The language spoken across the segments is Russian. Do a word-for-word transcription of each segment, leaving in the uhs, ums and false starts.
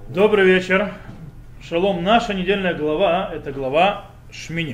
Добрый вечер. Шалом. Наша недельная глава – это глава Шмини.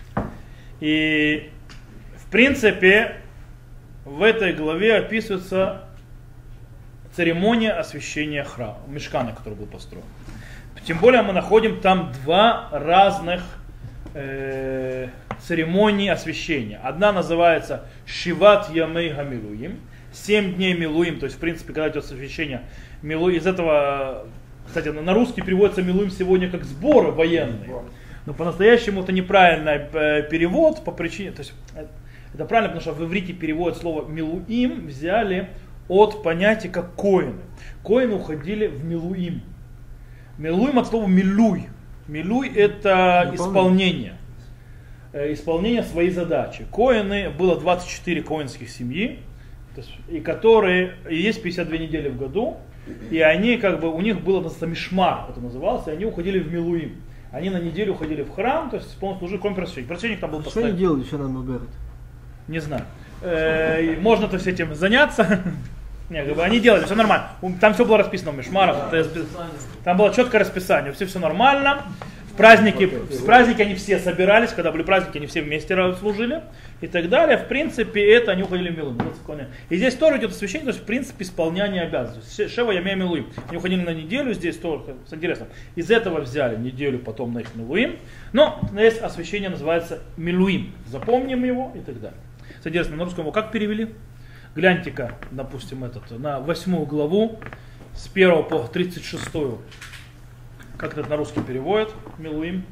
И в принципе в этой главе описывается церемония освящения храма, мишкана, который был построен. Тем более мы находим там два разных э, церемонии освящения. Одна называется Шиват Ямей Гамилуим, семь дней Милуим, то есть в принципе когда идет освящение Милуим, из этого, кстати, на русский переводится Милуим сегодня как сборы военные, но по-настоящему это неправильный перевод по причине, то есть это правильно, потому что в иврите переводят слово Милуим взяли от понятия как коины. Коины уходили в Милуим. Милуим от слова милуй. Милуй это исполнение. Исполнение своей задачи. Коины, было двадцать четыре коинских семьи, то есть, и которые, и есть пятьдесят две недели в году, и они как бы, у них было мишмар, это называлось, и они уходили в Милуим. Они на неделю уходили в храм, то есть полностью служили, кроме просвещения. Просвещение там был что постоянно. они делали, что нам выбирать? Не знаю. Э, можно то с этим заняться. Не, как бы они делали, все нормально. Там все было расписано в мишмарах. Там было четкое расписание, все все нормально. В праздники, в праздники они все собирались, когда были праздники, они все вместе служили и так далее. В принципе, это они уходили в Милуим. И здесь тоже идет освящение, то есть в принципе исполнение обязанностей. Шева Ямея Милуим. Они уходили на неделю, здесь тоже интересно. Из этого взяли неделю потом на их Милуим. Но здесь освящение называется Милуим. Запомним его и так далее. Интересно, на русском его как перевели? Гляньте-ка, допустим, этот, на восьмую главу, с первого по тридцать шестую. Как это на русский переводят? Милуим.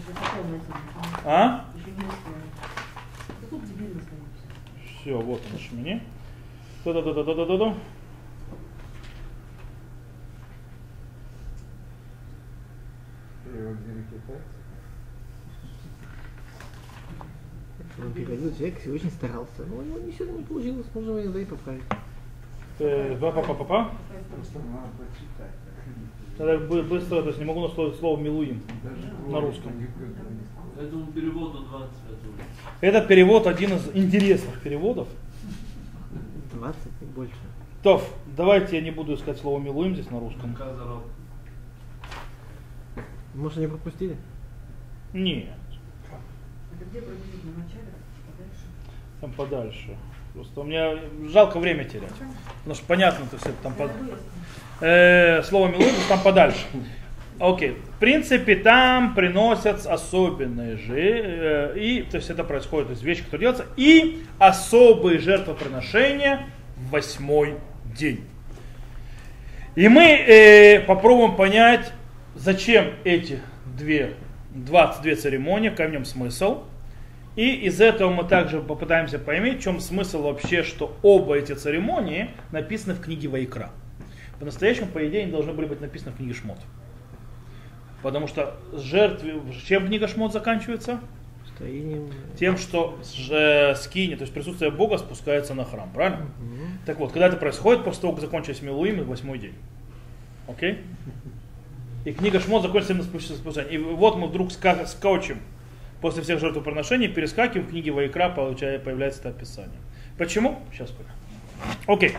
А? Все, вот он, Шмини. Да-да-да-да-да-да-да. Он переводил, человек очень старался, но у него ничего не получилось, можно его иногда и поправить. Па-па-па-па-па. Тогда быстро, то есть не могу насловить слово Милуим на русском. Этому переводу двадцать пять. Этот перевод один из интересных переводов. двадцать и больше. Тоф, давайте я не буду искать слово Милуим здесь на русском. Может, они пропустили? Нет. Это где пропустить, на начале? Подальше? Там подальше. Просто у меня жалко время терять. Потому что понятно, то есть это там под... э, слово Милуим там подальше. Окей. В принципе, там приносят особенные же, э, и, то есть это происходит из вещи, которые делаются, и особые жертвоприношения в восьмой день. И мы э, попробуем понять, зачем эти две, двадцать две церемонии, какой в нем смысл. И из этого мы также попытаемся поймать, в чем смысл вообще, что оба эти церемонии написаны в книге Ваикра. По-настоящему, по идее, они должны были быть написаны в книге Шмот. Потому что жертвы, чем книга Шмот заканчивается? Строением. Тем, что скини, то есть присутствие Бога спускается на храм, правильно? Угу. Так вот, когда это происходит, после того, как закончились Милуим, восьмой день. Окей? И книга Шмот закончится на спускание. И вот мы вдруг скачем после всех жертвоприношений, перескакиваем в книге Ваикра, появляется это описание. Почему? Сейчас понял. Окей.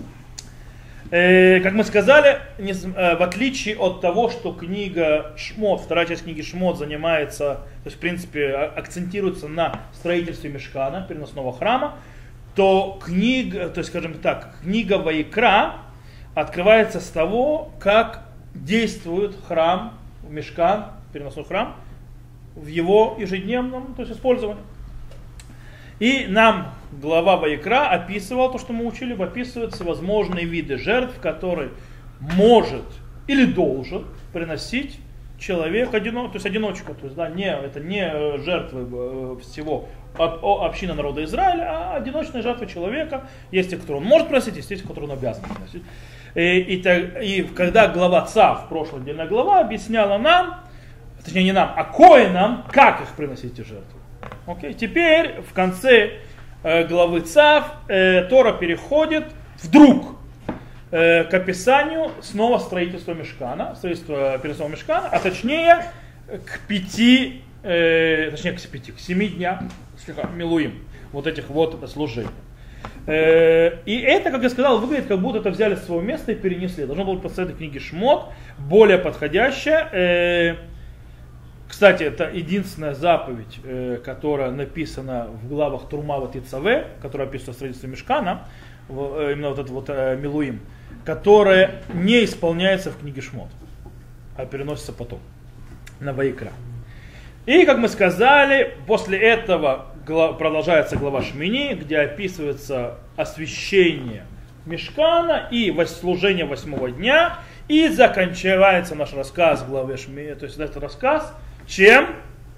Э, как мы сказали, не, э, в отличие от того, что книга Шмот, вторая часть книги Шмот занимается, то есть в принципе акцентируется на строительстве мишкана, переносного храма, то книга, то есть скажем так, книга Ваикра открывается с того, как действует храм, мишкан, переносной храм, в его ежедневном, то есть использовании. И нам глава Ваикра описывал то, что мы учили, описывают всевозможные виды жертв, которые может или должен приносить человек, одинок, то есть одиночка, то есть да, не, это не жертвы всего общины народа Израиля, а одиночные жертвы человека. Есть те, которые он может приносить, есть те, которые он обязан приносить. И, и, и когда глава Цав, прошлая отдельная глава, объясняла нам, точнее не нам, а коинам, как их приносить эти жертвы. Окей. Теперь в конце э, главы Цав э, Тора переходит вдруг э, к описанию снова строительства мишкана, строительства переносного мишкана, а точнее к пяти, э, точнее к пяти, к семи дням Милуим, вот этих вот служений. И это, как я сказал, выглядит, как будто это взяли с своего места и перенесли. Должно было поставить в книге Шмот, более подходящее. Кстати, это единственная заповедь, которая написана в главах Трумава и Цаве, которая описывает строительство Мишкана, именно вот это вот Милуим, которая не исполняется в книге Шмот, а переносится потом на Ваикра. И, как мы сказали, после этого продолжается глава Шмини, где описывается освящение Мишкана и служение восьмого дня. И заканчивается наш рассказ в главе Шмини. То есть этот рассказ чем?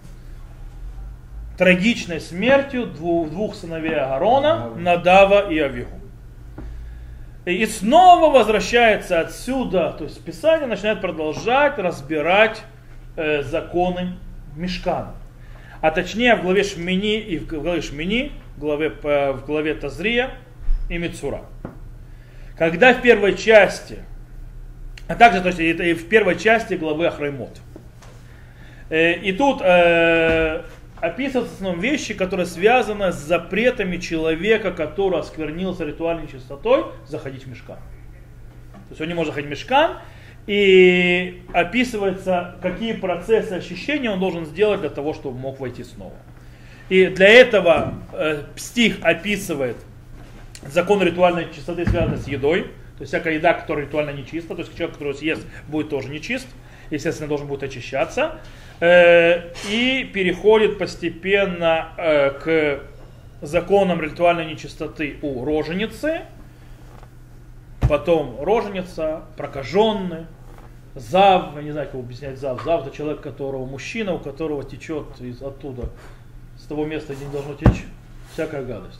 Трагичной смертью двух, двух сыновей Аарона, Надава и Авигу. И снова возвращается отсюда, то есть Писание начинает продолжать разбирать э, законы Мишкана. А точнее в главе Шмини и в главе Шмини, в главе, в главе Тазрия и Мицура. Когда в первой части, а также то есть, это и в первой части главы Ахраймот. И тут э, описываются в основном вещи, которые связаны с запретами человека, который осквернился ритуальной чистотой, заходить в Мишкан. То есть он не может заходить в Мишкан, и описывается, какие процессы очищения он должен сделать для того, чтобы мог войти снова. И для этого э, стих описывает закон ритуальной чистоты, связанный с едой. То есть всякая еда, которая ритуально нечиста, то есть человек, который съест, будет тоже нечист, естественно, должен будет очищаться. Э, и переходит постепенно э, к законам ритуальной нечистоты у роженицы. Потом роженица, прокаженный, зав, я не знаю, как объяснять зав. Зав это человек, которого мужчина, у которого течет из оттуда, с того места, где не должно течь, всякая гадость.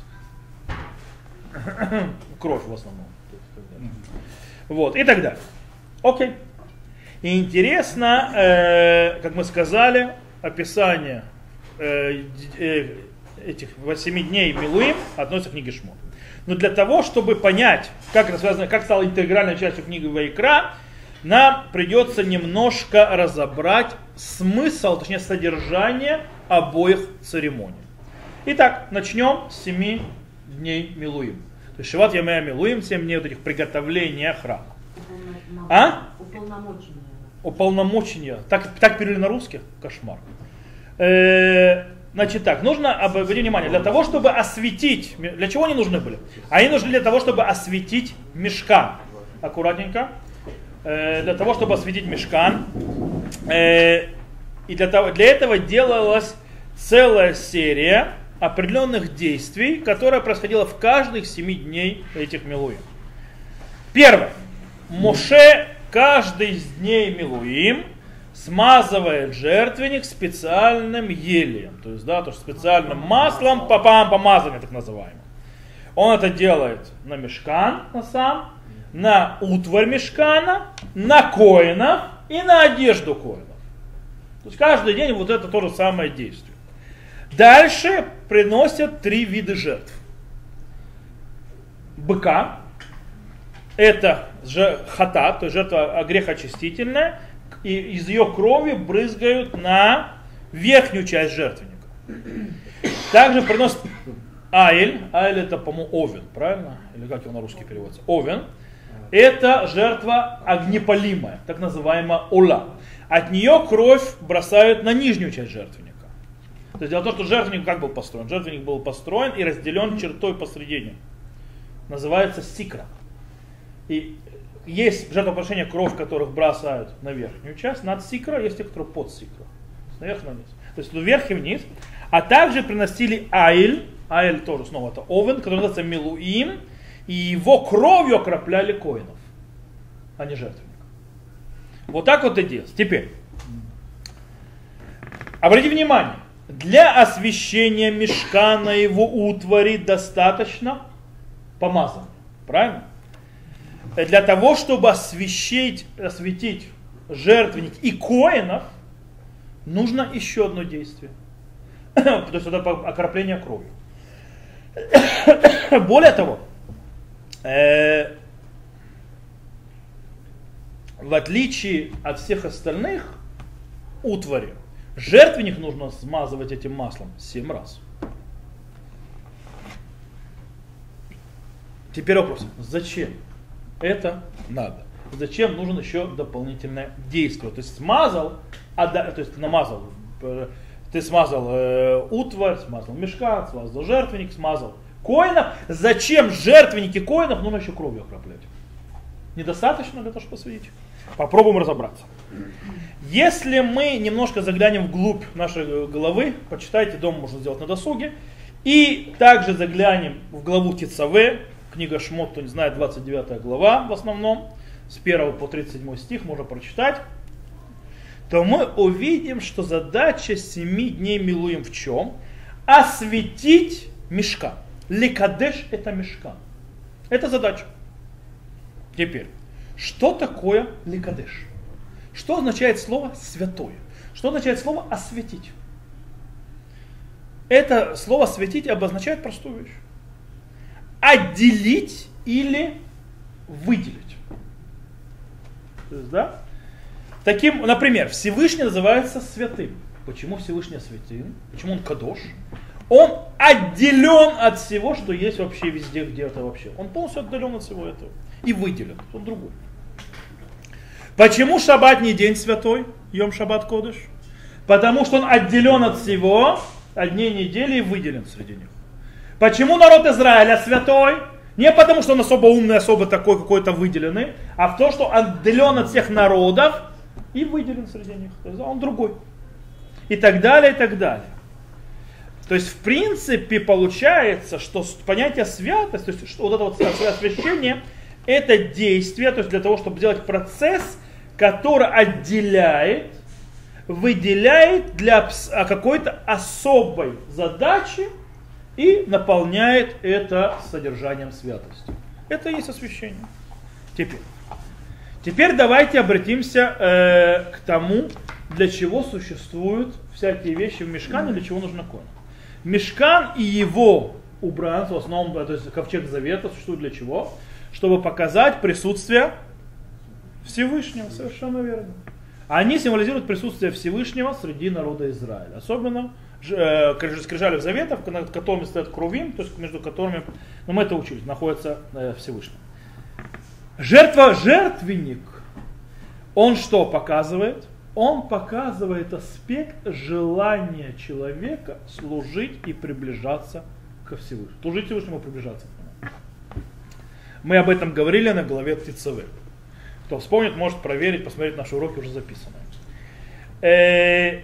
Кровь в основном. Вот, и так далее. Окей. И интересно, э, как мы сказали, описание э, э, этих восьми дней Милуим относится к книге Шмот. Но для того, чтобы понять, как это связано, как стало интегральной частью книги Ваикра, нам придется немножко разобрать смысл, точнее содержание обоих церемоний. Итак, начнем с семи дней Милуим. То есть Шиват Ямея Милуим, семь дней вот этих приготовления храма. А? Уполномочения. Уполномочения. Так, так перевели на русский? Кошмар. Э, значит так, нужно, обратите внимание, для того, чтобы осветить, для чего они нужны были? Они нужны для того, чтобы осветить Мишкан. Аккуратненько. Э, для того, чтобы осветить Мишкан. Э, и для, того, для этого делалась целая серия определенных действий, которая происходила в каждых семи дней этих Милуим. Первое. Моше каждый из дней Милуим смазывает жертвенник специальным елеем, то есть, да, то есть специальным маслом, папам, помазание так называемое. Он это делает на Мишкан, на сам, на утварь Мишкана, на коинов и на одежду коинов. То есть каждый день вот это то же самое действие. Дальше приносят три вида жертв. Быка, это хата, то есть жертва грехоочистительная, и из ее крови брызгают на верхнюю часть жертвенника. Также приносят айль, айль это, по-моему, овен, правильно? Или как его на русский переводится? Овен. Это жертва огнепалимая, так называемая ола. От нее кровь бросают на нижнюю часть жертвенника. То есть дело в том, что жертвенник как был построен? Жертвенник был построен и разделен чертой посредине. Называется сикра. И есть жертвоприношения, кровь которых бросают на верхнюю часть, над сикра, есть те, которые под сикра. Наверх на вниз. То есть вверх и вниз. А также приносили айль. Айль тоже снова это овен, который называется милуим. И его кровью окропляли коинов, а не жертвенник. Вот так вот и делается. Теперь. Обратите внимание. Для освящения Мишкана и его утвари достаточно помазания. Правильно? Для того, чтобы освящить, осветить жертвенник и коинов, нужно еще одно действие. То есть это окропление кровью. Более того, э, в отличие от всех остальных утварей, жертвенник нужно смазывать этим маслом семь раз. Теперь вопрос, зачем это надо? Зачем нужно еще дополнительное действие? То есть смазал, а да, то есть намазал, ты смазал э, утварь, смазал мешкан, смазал жертвенник, смазал коинов. Зачем жертвенники коинов нужно еще кровью окроплять? Недостаточно для того, чтобы посвятить? Попробуем разобраться. Если мы немножко заглянем вглубь нашей головы, почитайте, дома можно сделать на досуге, и также заглянем в главу Тецаве, книга Шмот, кто не знает, двадцать девятая глава в основном, с первого по тридцать седьмой стих можно прочитать, то мы увидим, что задача семи дней милуим в чем? Осветить мишкан. Лекадеш это мишкан. Это задача. Теперь, что такое лекадеш? Что означает слово святое? Что означает слово осветить? Это слово осветить обозначает простую вещь. Отделить или выделить. То есть, да? Таким, например, Всевышний называется святым. Почему Всевышний святым? Почему он кадош? Он отделен от всего, что есть вообще везде, где это вообще. Он полностью отделен от всего этого. И выделен. Он другой. Почему шаббат не день святой? Йом шаббат кодыш. Потому что он отделен от всего, от дней недели и выделен среди них. Почему народ Израиля святой? Не потому, что он особо умный, особо такой какой-то выделенный, а в том, что он отделен от всех народов и выделен среди них. То есть он другой. И так далее, и так далее. То есть, в принципе, получается, что понятие святость, то есть что вот это вот освящение, это действие, то есть для того, чтобы сделать процесс, который отделяет, выделяет для какой-то особой задачи и наполняет это содержанием святости. Это и есть освящение. Теперь, теперь давайте обратимся э, к тому, для чего существуют всякие вещи в мишкане, для чего нужно коин. Мишкан и его убранство, в основном, то есть ковчег завета, существует для чего? Чтобы показать присутствие Всевышнего, совершенно верно. Они символизируют присутствие Всевышнего среди народа Израиля. Особенно э, скрижали заветов, над которыми стоят крувим, то есть между которыми, ну мы это учились, находится э, Всевышний. Жертва, жертвенник, он что показывает? Он показывает аспект желания человека служить и приближаться ко Всевышнему. Служить Всевышнему и приближаться к нему. Мы об этом говорили на главе Тецаве. Кто вспомнит, может проверить, посмотреть наши уроки, уже записанные. Э,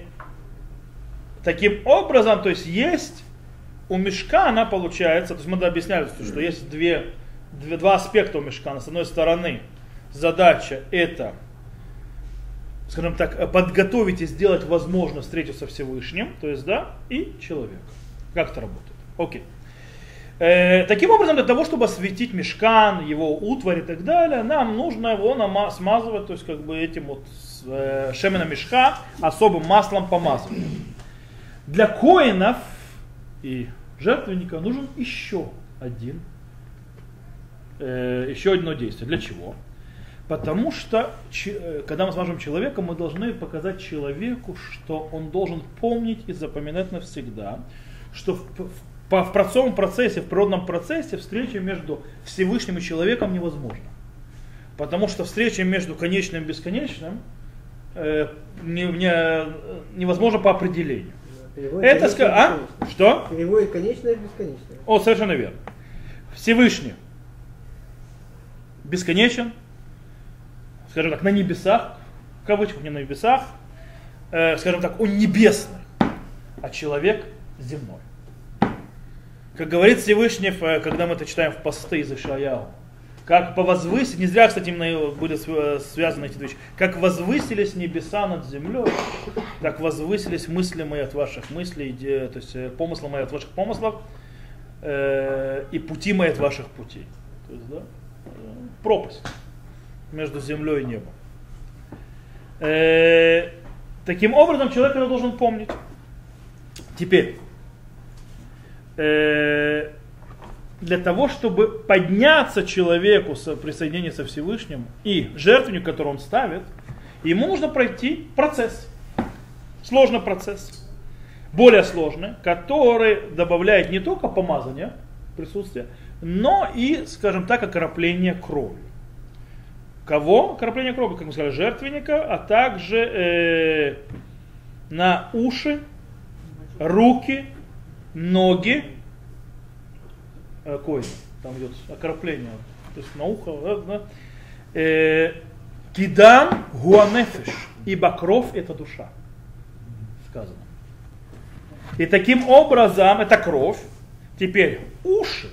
таким образом, то есть есть у мишкана получается, то есть мы объясняли, что есть две, две, два аспекта у мишкана. С одной стороны, задача это, скажем так, подготовить и сделать возможно встречу со Всевышним, то есть, да, и человек. Как это работает? Окей. Э, таким образом, для того, чтобы осветить мишкан, его утварь и так далее, нам нужно его нама- смазывать, то есть, как бы этим вот э, шемена мишка особым маслом помазывать. Для коинов и жертвенника нужен еще один, э, еще одно действие. Для чего? Потому что, когда мы смажем человека, мы должны показать человеку, что он должен помнить и запоминать навсегда, что в, в, в процовом процессе, в природном процессе встреча между Всевышним и человеком невозможна. Потому что встреча между конечным и бесконечным э, не, не, невозможна по определению. Переводит Это ска... а? Что? Переводит конечное в бесконечное. О, совершенно верно. Всевышний бесконечен, скажем так, на небесах, в кавычках не на небесах, э, скажем так, он небесный, а человек земной. Как говорит Всевышний, когда мы это читаем в посты из Ишаяу, как повозвысились, не зря, кстати, именно были связаны эти вещи, как возвысились небеса над землей, так возвысились мысли мои от ваших мыслей, то есть помыслы мои от ваших помыслов, э, и пути мои от ваших путей. То есть, да, пропасть между землей и небом. Э, таким образом, человек это должен помнить. Теперь, э, для того, чтобы подняться человеку со присоединения со Всевышним и жертвенник, который он ставит, ему нужно пройти процесс. Сложный процесс. Более сложный, который добавляет не только помазание, присутствие, но и, скажем так, окропление крови. Кого? Окропление крови, как мы сказали, жертвенника, а также э, на уши, руки, ноги, э, коин, там идет окропление, то есть на ухо, да, да. Э, кидан гуанефеш, ибо кровь это душа, сказано. И таким образом, это кровь, теперь уши,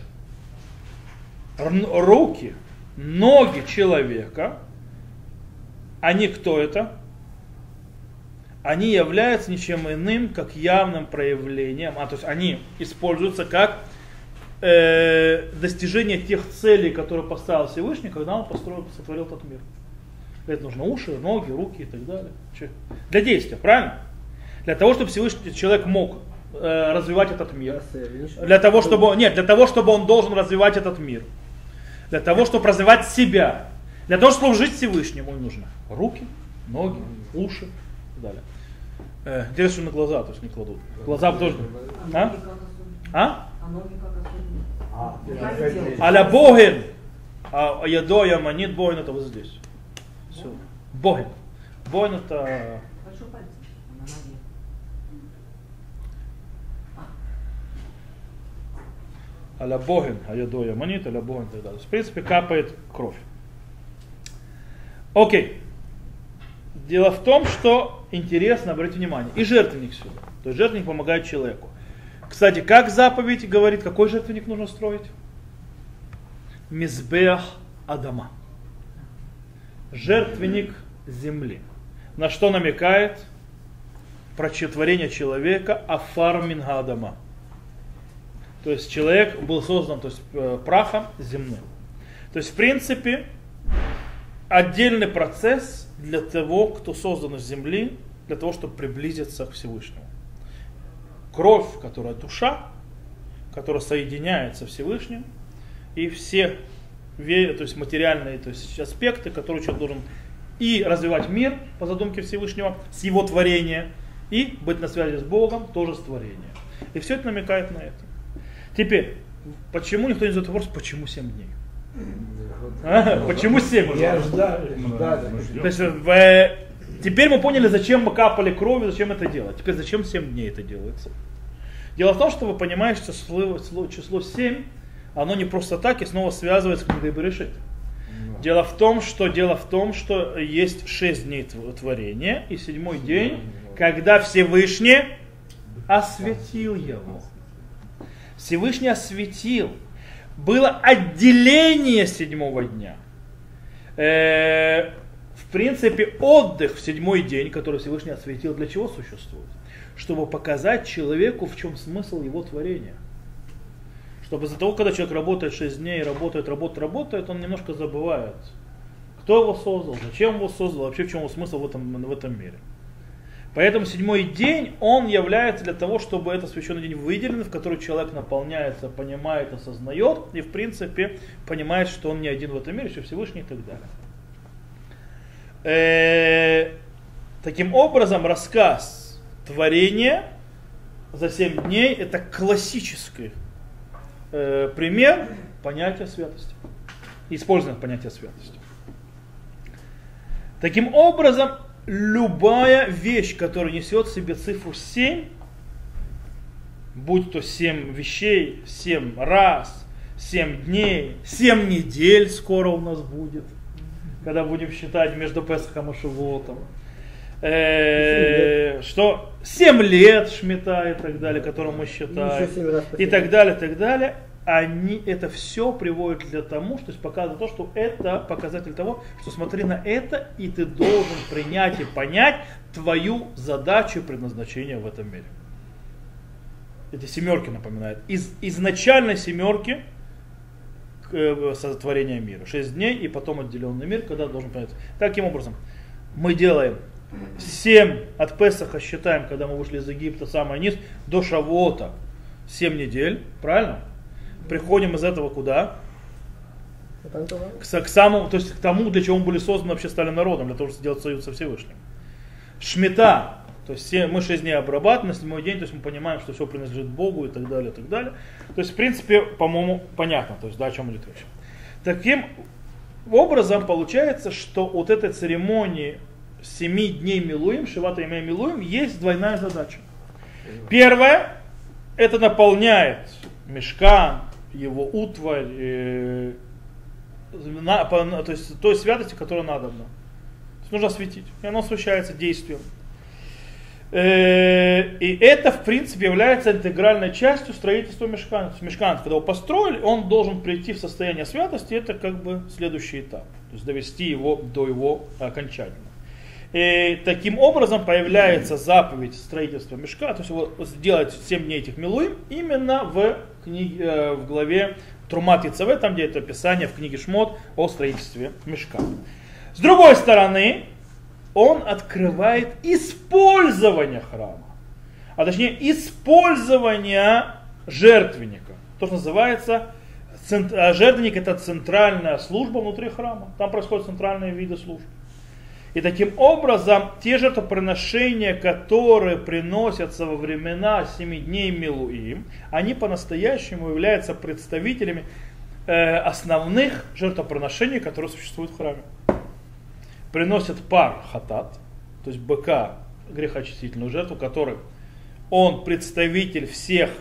р- руки, ноги человека, они кто это? Они являются ничем иным, как явным проявлением, а то есть они используются как э, достижение тех целей, которые поставил Всевышний, когда он построил, сотворил этот мир. Для этого нужны уши, ноги, руки и так далее. Че? Для действия, правильно? Для того, чтобы Всевышний человек мог э, развивать этот мир. Для того, чтобы, нет, для того, чтобы он должен развивать этот мир. Для того, чтобы развивать себя. Для того, чтобы служить Всевышнему, ему нужны руки, ноги, уши и так далее. Э, интересно, что на глаза, то есть не кладут. Глаза тоже. А? А? А ноги как особенно? Аля Боген. А ядо яманит Боген это вот здесь. Все. Боген. Боген это... Большой палец на ноге. Аля Боген, а ядо яманит, аля Боген и так далее. В принципе, капает кровь. Окей. Дело в том, что интересно, обратите внимание, и жертвенник сюда. То есть жертвенник помогает человеку. Кстати, как заповедь говорит, какой жертвенник нужно строить? Мизбеах Адама. Жертвенник земли. На что намекает прочетворение человека Афар Минга Адама. То есть человек был создан, то есть прахом земным. То есть в принципе отдельный процесс для того, кто создан из земли, для того, чтобы приблизиться к Всевышнему. Кровь, которая душа, которая соединяется с Всевышним, и все то есть материальные то есть аспекты, которые человек должен и развивать мир по задумке Всевышнего, с его творения, и быть на связи с Богом, тоже с творения. И все это намекает на это. Теперь, почему никто не задает вопрос, почему семь дней? А? Почему семь? Я ждал. То есть, в, теперь мы поняли, зачем мы капали кровью, зачем это делать. Теперь зачем семь дней это делается? Дело в том, что вы понимаете, что число, число семь, оно не просто так и снова связывается с книгой Берешит. Дело в том, что дело в том, что есть шесть дней творения и седьмой день, когда Всевышний осветил его. Всевышний осветил. Было отделение седьмого дня. Э, в принципе, отдых в седьмой день, который Всевышний осветил, для чего существует? Чтобы показать человеку, в чем смысл его творения. Чтобы из-за того, когда человек работает шесть дней, работает, работает, работает, он немножко забывает, кто его создал, зачем его создал, вообще в чем его смысл в этом, в этом мире. Поэтому седьмой день, он является для того, чтобы это священный день выделен, в который человек наполняется, понимает, осознает и в принципе понимает, что он не один в этом мире, что Всевышний и так далее. Э-э- таким образом, рассказ творения за семь дней это классический э- пример понятия святости, использования понятия святости. Таким образом, любая вещь, которая несет в себе цифру семь, будь то семь вещей, семь раз, семь дней, семь недель скоро у нас будет, когда будем считать между Песахом и Шивотом, э, что семь лет Шмита и так далее, которые мы считаем, и так далее, и так далее. Они, это все приводит для того, что есть показывает то, что это показатель того, что смотри на это, и ты должен принять и понять твою задачу и предназначение в этом мире. Эти семерки напоминают. Из изначальной семерки э, сотворения мира. Шесть дней и потом отделенный мир, когда должен понять. Таким образом, мы делаем семь от Песаха, считаем, когда мы вышли из Египта, самый низ, до Шавуота, семь недель, правильно? Приходим из этого куда? К, к самому, то есть к тому, для чего мы были созданы, вообще стали народом, для того, чтобы сделать союз со Всевышним. Шмита, То есть все, мы шесть дней обрабатываем, на седьмой день, то есть мы понимаем, что все принадлежит Богу и так далее, и так далее. То есть, в принципе, по-моему, понятно, то есть, да, о чем идет речь. Таким образом, получается, что вот этой церемонии семи дней Милуим, Шивата Ямей Милуим, есть двойная задача. Первое, это наполняет мишкан, его утварь, э, на, по, то есть той святости, которая надобна. Нужно осветить, и оно освещается действием. Э, и это, в принципе, является интегральной частью строительства мишкана. Мишкан, когда его построили, он должен прийти в состояние святости, это как бы следующий этап. То есть довести его до его окончания. И таким образом появляется заповедь строительства мишкана, то есть его сделать семь дней этих милуим именно в, книге, в главе Трумат Ицаве, там где это описание в книге Шмот о строительстве мишкана. С другой стороны, он открывает использование храма, а точнее использование жертвенника. То, что называется, жертвенник — это центральная служба внутри храма, там происходят центральные виды служб. И таким образом, те жертвоприношения, которые приносятся во времена семи дней Милуим, они по-настоящему являются представителями э, основных жертвоприношений, которые существуют в храме. Приносят пар хатат, то есть быка, грехоочистительную жертву, который он представитель всех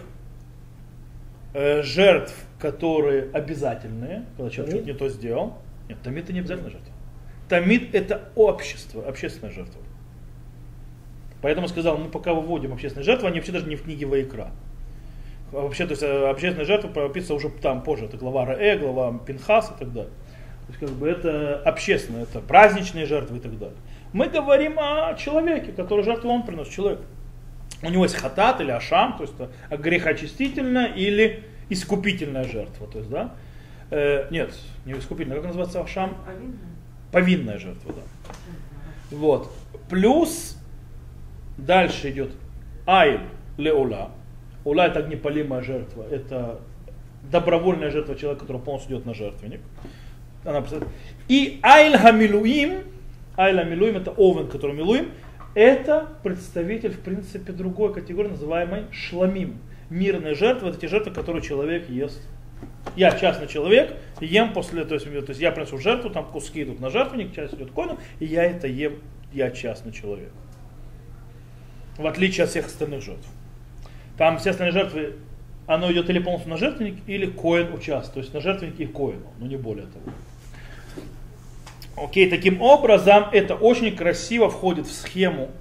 э, жертв, которые обязательные, когда человек что-то не то сделал. Нет, тамид это не обязательная жертва. Тамид это общество, общественная жертва. Поэтому сказал, мы пока выводим общественные жертвы, они вообще даже не в книге Ваикра. Вообще, то есть общественная жертва прописана уже там позже, это глава Раэ, глава Пинхас и так далее. То есть как бы это общественное, это праздничные жертвы и так далее. Мы говорим о человеке, который жертву он приносит, человек. У него есть хатат или ашам, то есть это грехоочистительная или искупительная жертва. То есть, да? э, нет, не искупительная, как называется ашам? Повинная. Повинная жертва, да. Вот. Плюс дальше идет айль леула. Ула это огнепалимая жертва, это добровольная жертва человека, который полностью идет на жертвенник. Она, и айль хамилуим, айль хамилуим это овен, который милуим, это представитель, в принципе, другой категории, называемой шламим. Мирная жертва, это те жертвы, которые человек ест. Я частный человек, ем после, то есть, то есть я принесу жертву, там куски идут на жертвенник, часть идет к коину, и я это ем, я частный человек. В отличие от всех остальных жертв. Там все остальные жертвы, оно идет или полностью на жертвенник, или коин участвует, то есть на жертвеннике и коину, но не более того. Окей, таким образом, это очень красиво входит в схему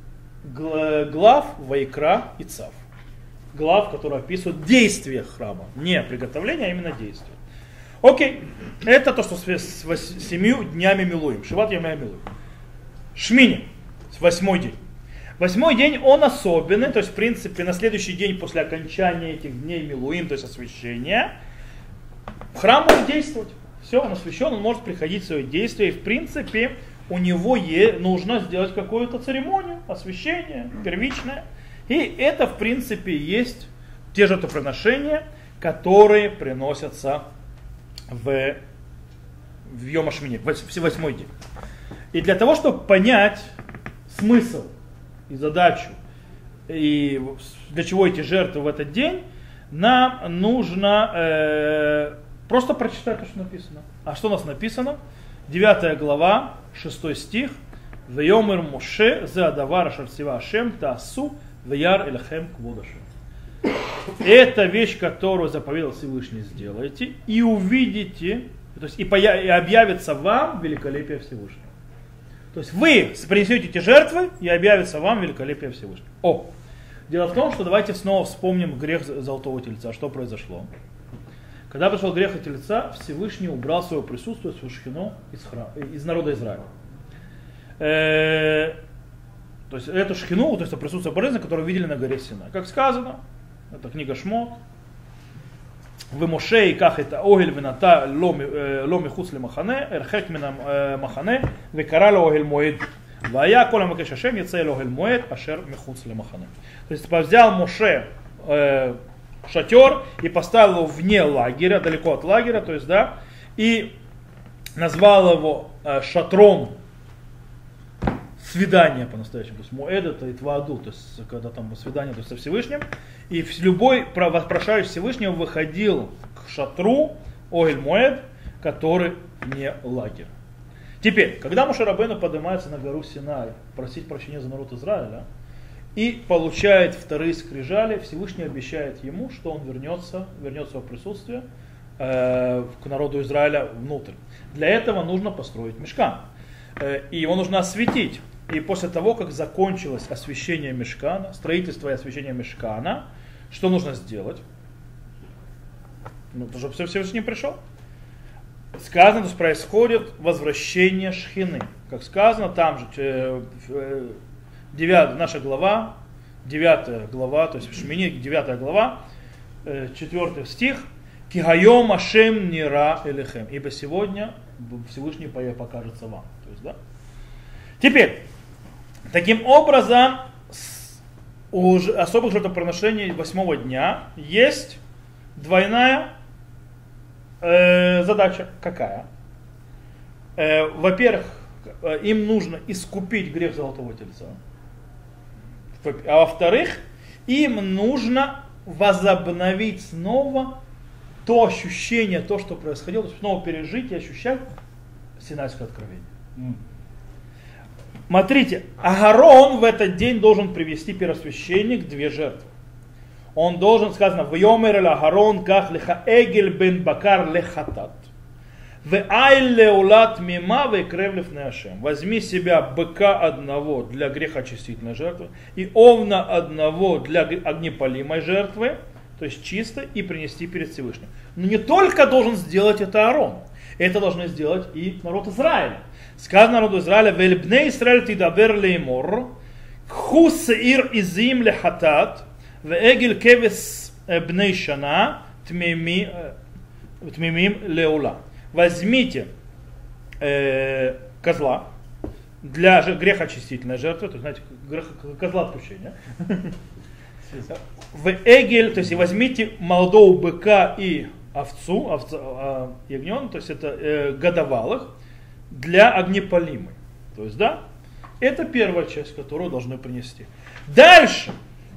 глав Ваикра и Цав. Глав, которые описывают действие храма. Не приготовление, а именно действие. Окей, это то, что с семью днями Милуим. Шиват Ямей Милуим. Шмини, восьмой день. Восьмой день он особенный, то есть в принципе на следующий день после окончания этих дней Милуим, то есть освящения, храм может действовать. Все, он освящен, он может приходить в свое действие. И в принципе у него нужно сделать какую-то церемонию, освящение, первичное. И это, в принципе, есть те жертвоприношения, которые приносятся в, в Йом ха-Шмини, в восьмой день. И для того, чтобы понять смысл и задачу, и для чего эти жертвы в этот день, нам нужно э, просто прочитать то, что написано. А что у нас написано? девятая глава, шестой стих. «Вейомер Моше зе адавар ашер цива Ашем таасу веяр элахем кводашем». Это вещь, которую заповедал Всевышний, сделайте, и увидите, то есть и, поя- и объявится вам великолепие Всевышнего. То есть вы принесете эти жертвы, и объявится вам великолепие Всевышнего. О! Дело в том, что давайте снова вспомним грех золотого тельца. Что произошло? Когда пришел грех тельца, Всевышний убрал свое присутствие, свою шхину из, храма, из народа Израиля. Э-э- то есть эту шхину, то есть это присутствие божественное, которое видели на горе Синай. Как сказано, это книга Шмот. «Вы Моше иках это огель вената ло михуц лемахане, эрхек мина махане, векара ло огель моэд, вая кола макеш Ашем яцэ ло огель моэд, ашер михуц лемахане». То есть взял Моше э, шатер и поставил его вне лагеря, далеко от лагеря, то есть, да, и назвал его э, шатром свидание по-настоящему. То есть Моэд это Итвааду, то есть когда там свидание то есть со Всевышним. И любой вопрошающий Всевышнего выходил к шатру Огель Моэд, который не лагерь. Теперь, когда Моше Рабейну поднимается на гору Синай просить прощения за народ Израиля и получает вторые скрижали, Всевышний обещает ему, что он вернется, вернет свое присутствие э, к народу Израиля внутрь. Для этого нужно построить мишкан. Э, и его нужно осветить. И после того, как закончилось освящение мишкана, строительство и освящение мишкана, что нужно сделать? Ну, чтобы Всевышний пришел. Сказано, то есть происходит возвращение шхины. Как сказано, там же э, э, девятая, наша глава, девятая глава, то есть в Шмини, девятая глава, э, четвертый стих. Кигайом Ашем нира элехем. Ибо сегодня Всевышний покажется вам. То есть, да? Теперь, таким образом, у особых жертвоприношений восьмого дня есть двойная э, задача. Какая? Э, во-первых, им нужно искупить грех золотого тельца. А во-вторых, им нужно возобновить снова то ощущение, то, что происходило, то есть снова пережить и ощущать Синайское откровение. Mm. Смотрите, Агарон в этот день должен привести первосвященник две жертвы. Он должен, сказано, «Вьомер эль Агарон ках леха эгель бен бакар лехатат, веайль леулат мима векрев лифней Ашем». Возьми себя быка одного для грехоочистительной жертвы и овна одного для огнепалимой жертвы, то есть чисто, и принести перед Всевышним. Но не только должен сделать это Аарон, это должны сделать и народ Израиля. Сказано народу Израиля: «Вельбней Исраэль тидабер леймор, кху сеир изим лехатат, вегель кевес бней шана, тмимим леула». Возьмите э, козла для грехоочистительной жертвы, то есть, знаете, грех, козла отпущения. В эгель, то есть возьмите молодого быка и овцу, овца, а, ягнен, то есть это э, годовалых, для огнепалимой. То есть, да, это первая часть, которую должны принести. Дальше,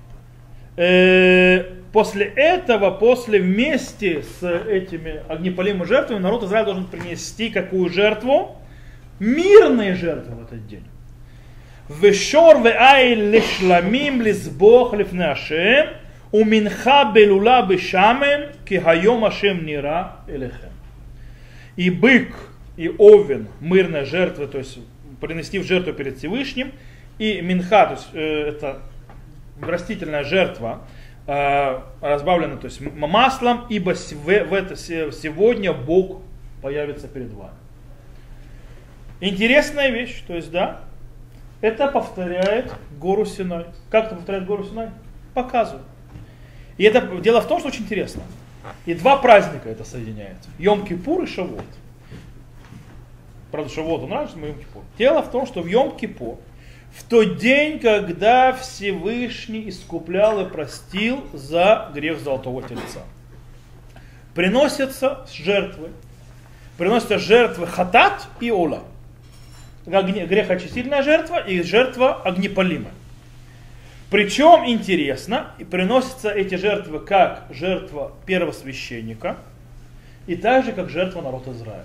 э, после этого, после вместе с этими огнепалимыми жертвами, народ Израиля должен принести какую жертву? Мирные жертвы в этот день. Вешор веай лешламим лизбох лифней Ашем, уминха белула бешамен, кихайом Ашем нира элехем. И бык, и овен, мирная жертва, то есть принести в жертву перед Всевышним, и минха, то есть э, это растительная жертва, э, разбавлена, то есть маслом, ибо в, в это, сегодня Бог появится перед вами. Интересная вещь, то есть, да, это повторяет гору Синай. Как это повторяет гору Синай? Показывает. И это дело в том, что очень интересно. И два праздника это соединяет. Йом-Кипур и Шавуот. Правда, Шавуот он раньше, но Йом-Кипур. Дело в том, что в Йом-Кипур, в тот день, когда Всевышний искуплял и простил за грех золотого тельца, приносятся жертвы. Приносятся жертвы хатат и ола. Грехоочистительная жертва и жертва огнепалимая. Причем интересно, и приносятся эти жертвы как жертва первосвященника и также как жертва народа Израиля.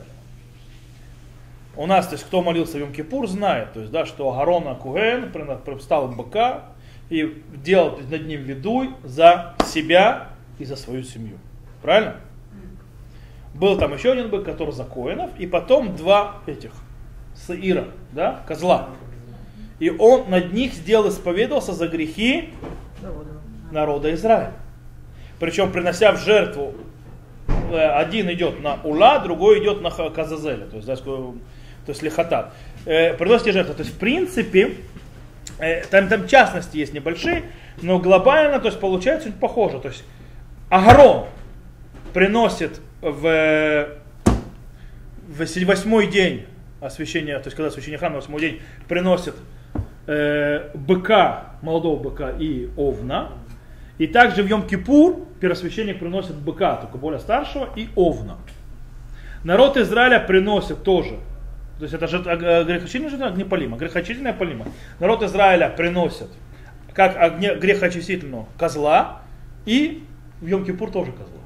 У нас, то есть, кто молился в Йом-Кипур, знает, то есть, да, что Аарон а-Коэн встал быка и делал над ним ведуй за себя и за свою семью. Правильно? Был там еще один бык, который за коэнов, и потом два этих саира, да, козла. И он над них сделал, исповедовался за грехи народа Израиля. Причем, принося в жертву, один идет на ула, другой идет на казазеля, то есть, да, то есть лихатат. Э, приносите жертву. То есть, в принципе, э, там, там частности есть небольшие, но глобально, то есть, получается очень похоже. То есть, Агарон приносит в, в восьмой день освящения, то есть, когда освящение храма, восьмой день, приносит э, быка, молодого быка и овна. И также в Йом-Кипур первосвященник приносит быка, только более старшего, и овна. Народ Израиля приносит тоже То есть это жертва, грехочистительная жертва, огнепалима. Грехочистительная полима. Народ Израиля приносит как огне, грехочистительную козла и в Йом-Кипур тоже козла.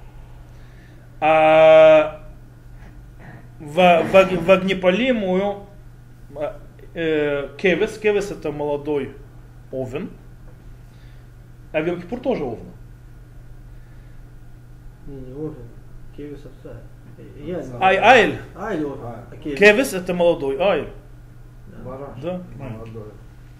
А в, в, в огнепалимую э, кевес, кевес это молодой овен, а в Йом-Кипур тоже овна. Не, не овен. Кевис овца. Я- Ай, айль. Айль овен. А. А кевис? Кевес это молодой айль. Бараш. Да. Молодой.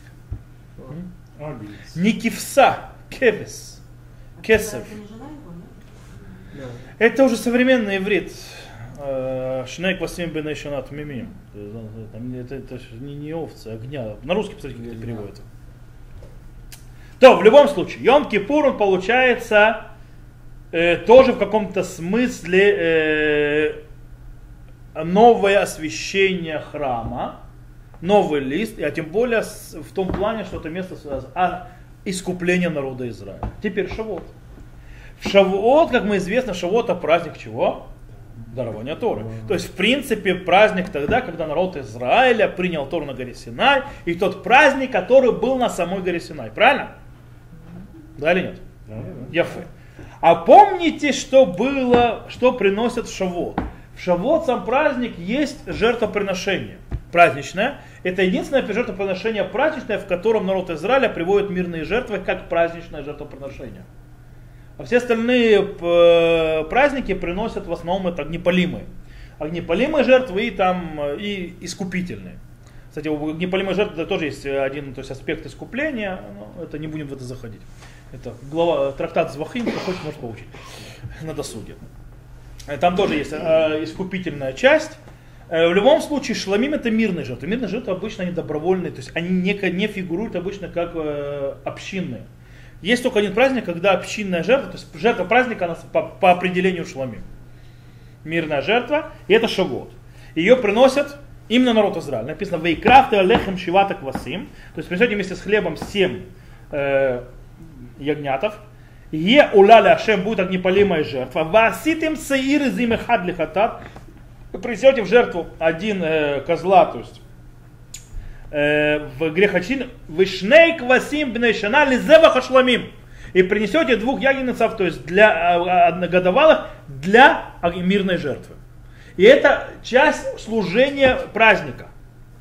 Вот. Не кивса, кевес. Кесев. Это не жена его, нет? Да. Это уже современный иврит. Шнек Васим бен Эйшанат Мимим. Это, это ж не, не овцы, а огня. На русский, посмотрите, как это переводится. То, в любом случае, Йом-Кипур, он получается э, тоже в каком-то смысле э, новое освящение храма, новый лист, а тем более с, в том плане, что это место а, искупления народа Израиля. Теперь Шавуот. В Шавуот, как мы известно, Шавуот это праздник чего? Дарование Торы. То есть, в принципе, праздник тогда, когда народ Израиля принял Тору на горе Синай, и тот праздник, который был на самой горе Синай. Правильно? Да или нет? Яфе. А помните, что было, что приносят в Шавуот? В Шавуот сам праздник есть жертвоприношение. Праздничное. Это единственное жертвоприношение праздничное, в котором народ Израиля приводит мирные жертвы как праздничное жертвоприношение. А все остальные праздники приносят в основном это огнепалимые. Огнепалимые жертвы и, там, и искупительные. Кстати, у огнепалимой жертвы тоже есть один, то есть, аспект искупления, но это не будем в это заходить. Это глава, трактат Звахим, кто хочет, может получить на досуге. Там тоже есть э, искупительная часть. Э, в любом случае, шламим это мирные жертвы. Мирные жертвы обычно они добровольные, то есть они не, не фигурируют обычно как э, общинные. Есть только один праздник, когда общинная жертва, то есть жертва праздника она по, по определению шламим. Мирная жертва, и это Шавуот. Ее приносят именно народ Израиля. Написано «Вейкрафте алехем шивата квасим», то есть принесете вместе с хлебом семь э, ягнятов. «Е уляля Ашем» будет огнепалимая жертва. «Васитим сеир из им эхад лихатат». Вы принесете в жертву один э, козла, то есть в грехочин вишней квасим бнейшана лизева хашламим, и принесете двух ягнецов, то есть для одногодовалых, для мирной жертвы. И это часть служения праздника.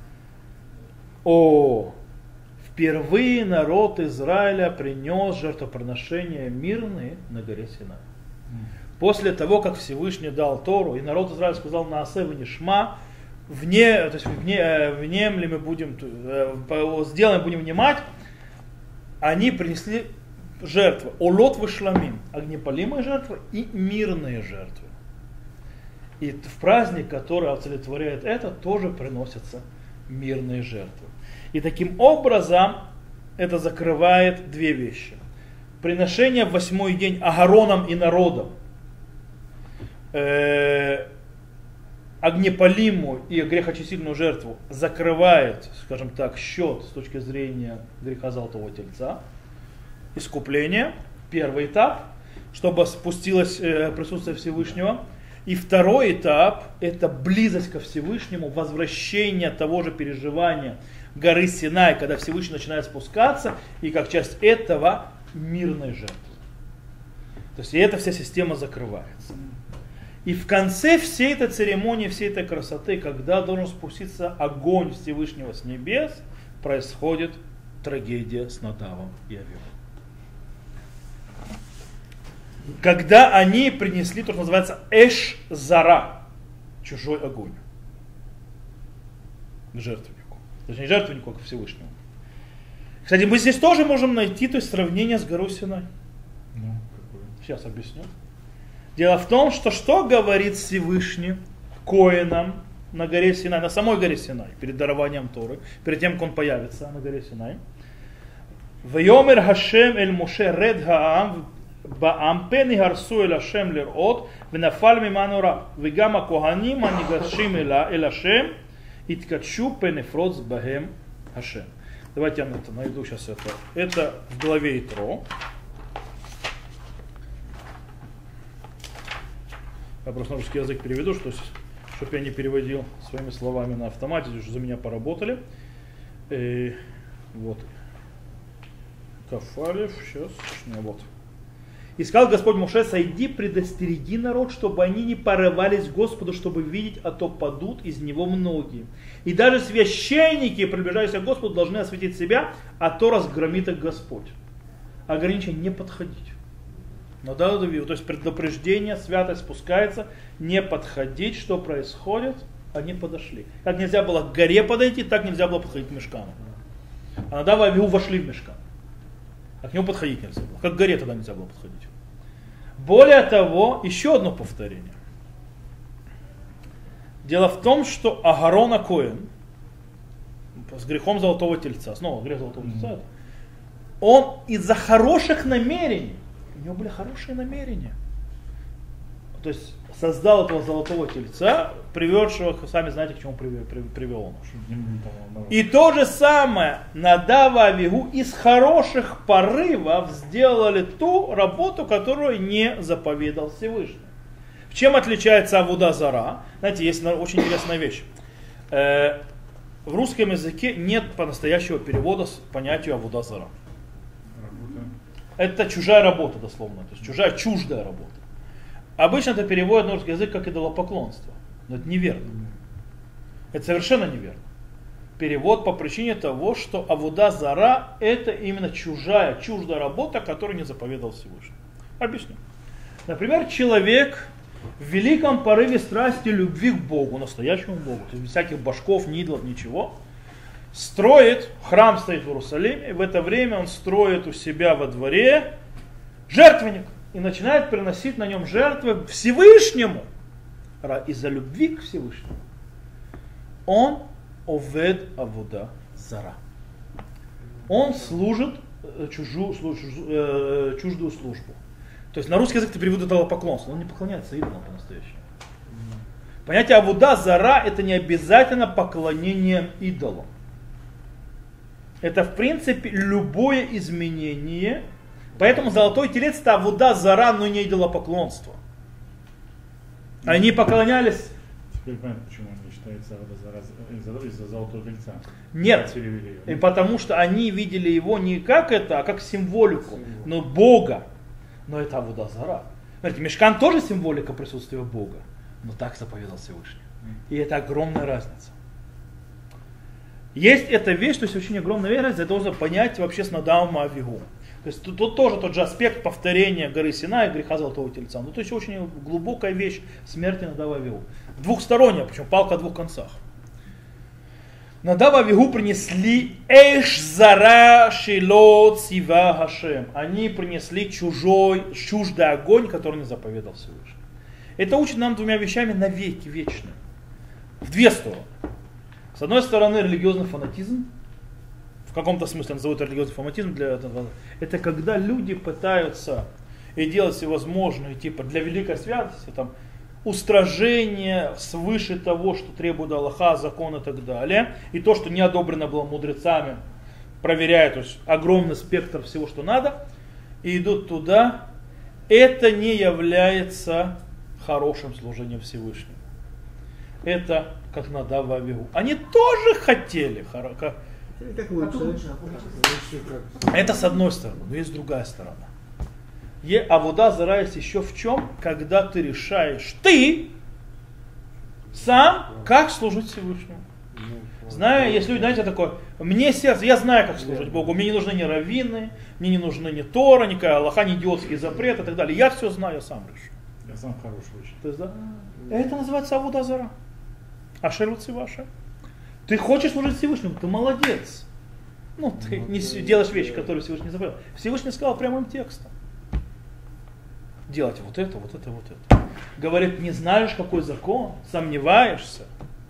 О, впервые народ Израиля принес жертвоприношения мирные на горе Синай. После того, как Всевышний дал Тору, и народ Израиля сказал на Асев и Нишма, Вне, то есть вне, внемли мы будем, сделаем, будем внимать, они принесли жертвы, олот вышламим, огнепалимые жертвы и мирные жертвы. И в праздник, который олицетворяет это, тоже приносятся мирные жертвы. И таким образом это закрывает две вещи. Приношение в восьмой день Агароном и народом, э, огнепалимую и грехочистительную жертву закрывает, скажем так, счет с точки зрения греха золотого тельца, искупление, первый этап, чтобы спустилось э, присутствие Всевышнего. И второй этап – это близость ко Всевышнему, возвращение того же переживания горы Синай, когда Всевышний начинает спускаться, и как часть этого мирной жертвы. То есть и эта вся система закрывается. И в конце всей этой церемонии, всей этой красоты, когда должен спуститься огонь Всевышнего с небес, происходит трагедия с Надавом и Авиом. Когда они принесли то, что называется эш-зара, чужой огонь, к жертвеннику. Точнее, не жертвеннику, а к Всевышнему. Кстати, мы здесь тоже можем найти то есть, сравнение с горой Синай. Ну, Сейчас объясню. Дело в том, что что говорит Всевышний коэнам на горе Синай, на самой горе Синай, перед дарованием Торы, перед тем, как он появится на горе Синай. Вайомер Хашем эль Моше ред хаам баам пени харсу эль Хашем лирот венафаль миману ра вегам акоханим анигашим эль Хашем иткачу пенефроц бахем Хашем. Давайте я это найду сейчас это. Это в главе Итро. Я просто на русский язык переведу, что чтобы я не переводил своими словами на автомате, уже за меня поработали. И, вот. Кафалев, сейчас, не, вот. И сказал Господь Моше: сойди, предостереги народ, чтобы они не порывались к Господу, чтобы видеть, а то падут из него многие. И даже священники, приближаясь к Господу, должны осветить себя, а то разгромит их Господь. Ограничение: не подходить. Но да, то есть предупреждение, святость спускается, не подходить. Что происходит? Они подошли. Как нельзя было к горе подойти, так нельзя было подходить к мешкану. А Надав и Авиу вошли в мешкан. А к нему подходить нельзя было. Как к горе тогда нельзя было подходить. Более того, еще одно повторение. Дело в том, что Агарон а-Коэн с грехом золотого тельца, снова грех золотого mm-hmm. тельца, он из-за хороших намерений, у него были хорошие намерения, то есть создал этого золотого тельца, приведшего, сами знаете, к чему привел он. И то же самое Надав и Авигу из хороших порывов сделали ту работу, которую не заповедал Всевышний. В чем отличается авода зара? Знаете, есть очень интересная вещь. В русском языке нет по-настоящему перевода с понятию авода зара. Это чужая работа, дословно, то есть чужая, чуждая работа. Обычно это переводят на русский язык как идолопоклонство. Но это неверно. Это совершенно неверно. Перевод по причине того, что авода зара это именно чужая, чуждая работа, которую не заповедал Всевышний. Объясню. Например, человек в великом порыве страсти любви к Богу, настоящему Богу, то есть без всяких башков, ни идолов, ничего, строит, храм стоит в Иерусалиме, и в это время он строит у себя во дворе жертвенник. И начинает приносить на нем жертвы Всевышнему. Из-за любви к Всевышнему. Он овед авода зара. Он служит чужую, чужую, чуждую службу. То есть на русский язык это переводит идолопоклонство. Он не поклоняется идолам по-настоящему. Понятие авода зара это не обязательно поклонение идолам. Это в принципе любое изменение. Поэтому золотой телец это авода зара, но не идолопоклонство. Они поклонялись. Теперь понятно, почему он не считается авода зара из-за золотого тельца. Нет. И потому что они видели его не как это, а как символику, но Бога. Но это авода зара. Смотрите, мешкан тоже символика присутствия Бога, но так заповедал Всевышний. И это огромная разница. Есть эта вещь, то есть очень огромная разница, это нужно понять вообще с Надавом и Авигу. То есть тут, тут тоже тот же аспект повторения горы Синай, греха золотого тельца. Ну, то есть очень глубокая вещь смерти Надава и Авигу. Двухсторонняя, причем палка о двух концах. Надав и Авигу принесли эш зара шилот сива хашем. Они принесли чужой, чуждый огонь, который не заповедал Всевышний. Это учит нам двумя вещами навеки вечные. В две стороны. С одной стороны религиозный фанатизм. В каком-то смысле назовут религиозный фанатизм для этого. Это когда люди пытаются и делать всевозможные, типа для великой святости, там, устражение свыше того, что требует Аллаха, закон и так далее, и то, что не одобрено было мудрецами, проверяют, то есть огромный спектр всего, что надо, и идут туда, это не является хорошим служением Всевышнему. Это как Надав и Авигу. Они тоже хотели, как лучше. Это с одной стороны, но есть другая сторона. Е авода зара есть еще в чем, когда ты решаешь, ты сам, как служить Всевышнему. Знаю, если люди, знаете, такое, мне сердце, я знаю, как служить Богу, мне не нужны ни раввины, мне не нужны ни Тора, никакая Аллаха, ни идиотские запреты и так далее. Я все знаю, я сам решу. Я сам хороший очень. То есть, да? Это называется авода зара. Ашер ваша. Ты хочешь служить Всевышнему, ты молодец. Ну, ты не делаешь вещи, которые Всевышний заповедал. Всевышний сказал прямым текстом. Делать вот это, вот это, вот это. Говорит, не знаешь, какой закон, сомневаешься.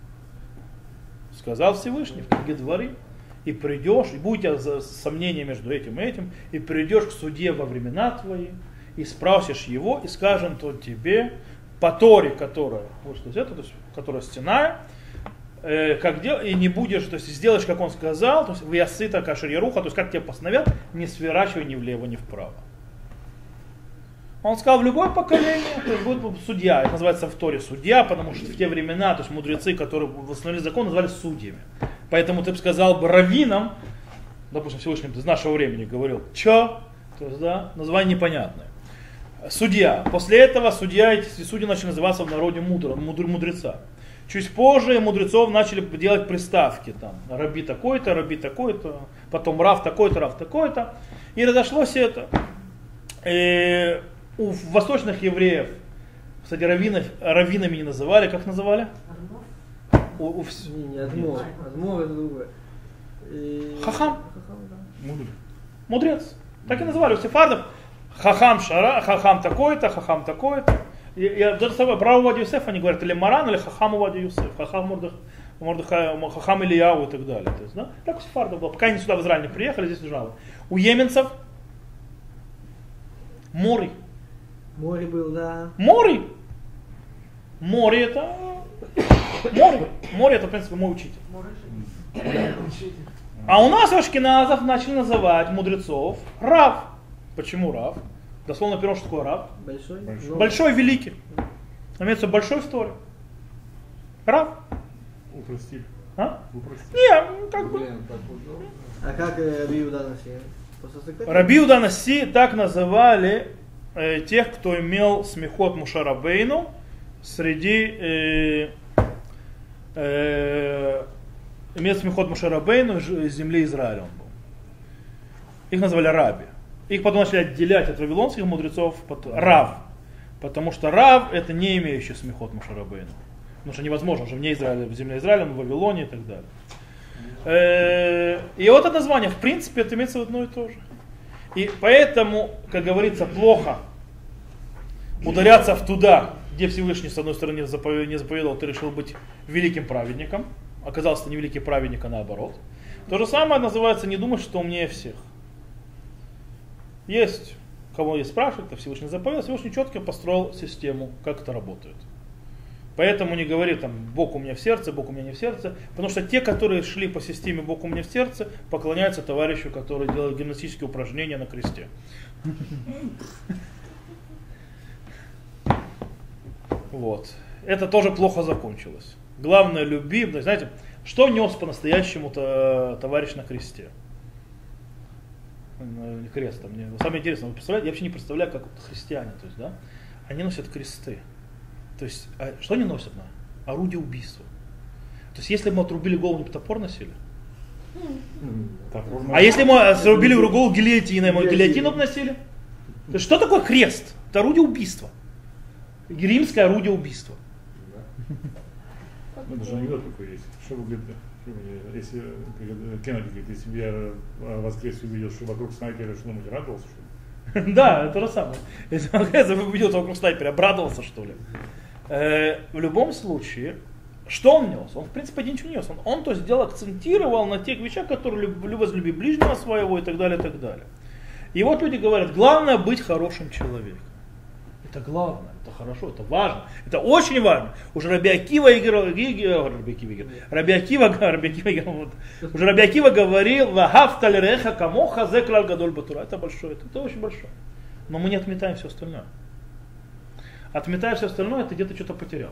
Сказал Всевышний в книге Дворим. И придешь, и будет у тебя сомнение между этим и этим, и придешь к судье во времена твои, и спросишь его, и скажет он тебе, по Торе, которая, вот что это, то есть, которая стена, э, как дел, и не будешь, то есть сделаешь, как он сказал, то есть в ясыта кашер яруха, то есть как тебе постановят, не сворачивай ни влево, ни вправо. Он сказал, в любое поколение то есть будет судья. Это называется в Торе судья, потому что в те времена, то есть мудрецы, которые восстановили закон, называли судьями. Поэтому ты бы сказал бы раввинам, допустим, Всевышний из нашего времени говорил, чё? То есть, да, название непонятное. Судья. После этого судья, эти судьи начали называться в народе мудр, мудр, мудреца. Чуть позже мудрецов начали делать приставки. Там, раби такой-то, раби такой-то, потом рав такой-то, рав такой-то. И разошлось это. И у восточных евреев, кстати, раввинов, раввинами не называли, как называли? У, у... Не, не Адмор. Адмор это другое. И... Хахам. Хахам, да. Мудрый. Мудрец. Так и называли у сефардов. Хахам шара, хахам такой-то, хахам такой-то. Я даже с тобой про Увадию Юсефа они говорят, или Маран, или Хахам Увадию Юсеф, Хахам Мордыхай, Хахам Ильяу и так далее. То есть, да? Так у сефардов было. Пока они сюда в Израиль не приехали, здесь лежало. У йеменцев Мори. Море был, да. Мори. Мори это... Мори. Мори это, в принципе, мой учитель. А у нас ашкеназов начали называть мудрецов Рав. Почему Рав? Дословно перевод, что такое Рав? Большой. Большой. Но- Большой, великий. Имеется большой в Торе. Рав. Упростили. А? Упростили. Не, как бы. А как э, Раби Иуда Наси? Просто секрет? Раби Иуда Наси так называли э, тех, кто имел смехот Моше Рабейну среди э, э, имел смехот Моше Рабейну из земли Израиля он был. Их назвали раби. Их потом начали отделять от вавилонских мудрецов под Рав. Потому что Рав это не имеющий смехот Моше Рабейну. Потому что невозможно, он же вне Израиля, в земле Израиля, в Вавилоне и так далее. Э, И вот это название, в принципе, это имеется в одно и то же. И поэтому, как говорится, плохо ударяться в туда, где Всевышний, с одной стороны, заповедал, не заповедовал, ты решил быть великим праведником. Оказался ты не великий праведник, а наоборот. То же самое называется не думать, что умнее всех. Есть, кого есть спрашивают, это Всевышний заповедал, Всевышний четко построил систему, как это работает. Поэтому не говори там, Бог у меня в сердце, Бог у меня не в сердце, потому что те, которые шли по системе Бог у меня в сердце, поклоняются товарищу, который делает гимнастические упражнения на кресте. Вот. Это тоже плохо закончилось. Главное, люби, знаете, что нес по-настоящему товарищ на кресте? Крест. Мне самое интересное, вы представляете, я вообще не представляю, как вот христиане, то есть, да, они носят кресты. То есть, а что они носят? На? Орудие убийства. То есть, если бы мы отрубили голову, не топор носили? Топор А если мы отрубили голову гильотиной, мы гильотину бы носили? То есть, что такое крест? Это орудие убийства. Римское орудие убийства. Ну, даже анекдот такой есть. Что вы говорите? Если Кеннеди говорит, если бы я воскрес увидел, что вокруг снайпера, что думаете, радовался, что ли? Да, это же самое. Если он увидел вокруг снайпера, обрадовался, что ли? Э, в любом случае, что он нес? Он, в принципе, ничего не нес. Он, он то есть, дело акцентировал на тех вещах, которые люб, возлюби ближнего своего и так далее, и так далее. И вот люди говорят, главное быть хорошим человеком. Это главное, это хорошо, это важно, это очень важно. Уже Раби Акива, Раби Акива, Раби Акива, Раби Акива, вот, уже Раби Акива говорил, «Вагафта лиреха камоха зе клаль гадоль батура». Это большое, это, это очень большое. Но мы не отметаем все остальное. Отметая все остальное, ты где-то что-то потерял.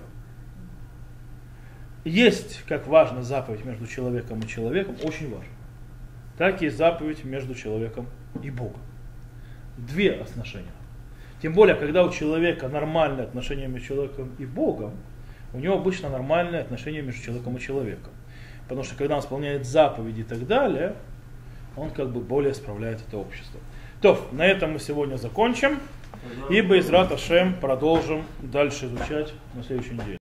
Есть, как важно, заповедь между человеком и человеком, очень важно. Так и заповедь между человеком и Богом. Две отношения. Тем более, когда у человека нормальные отношения между человеком и Богом, у него обычно нормальные отношения между человеком и человеком. Потому что когда он исполняет заповеди и так далее, он как бы более справляет это общество. То, на этом мы сегодня закончим. И Бейзрат Ашем продолжим дальше изучать на следующей неделе.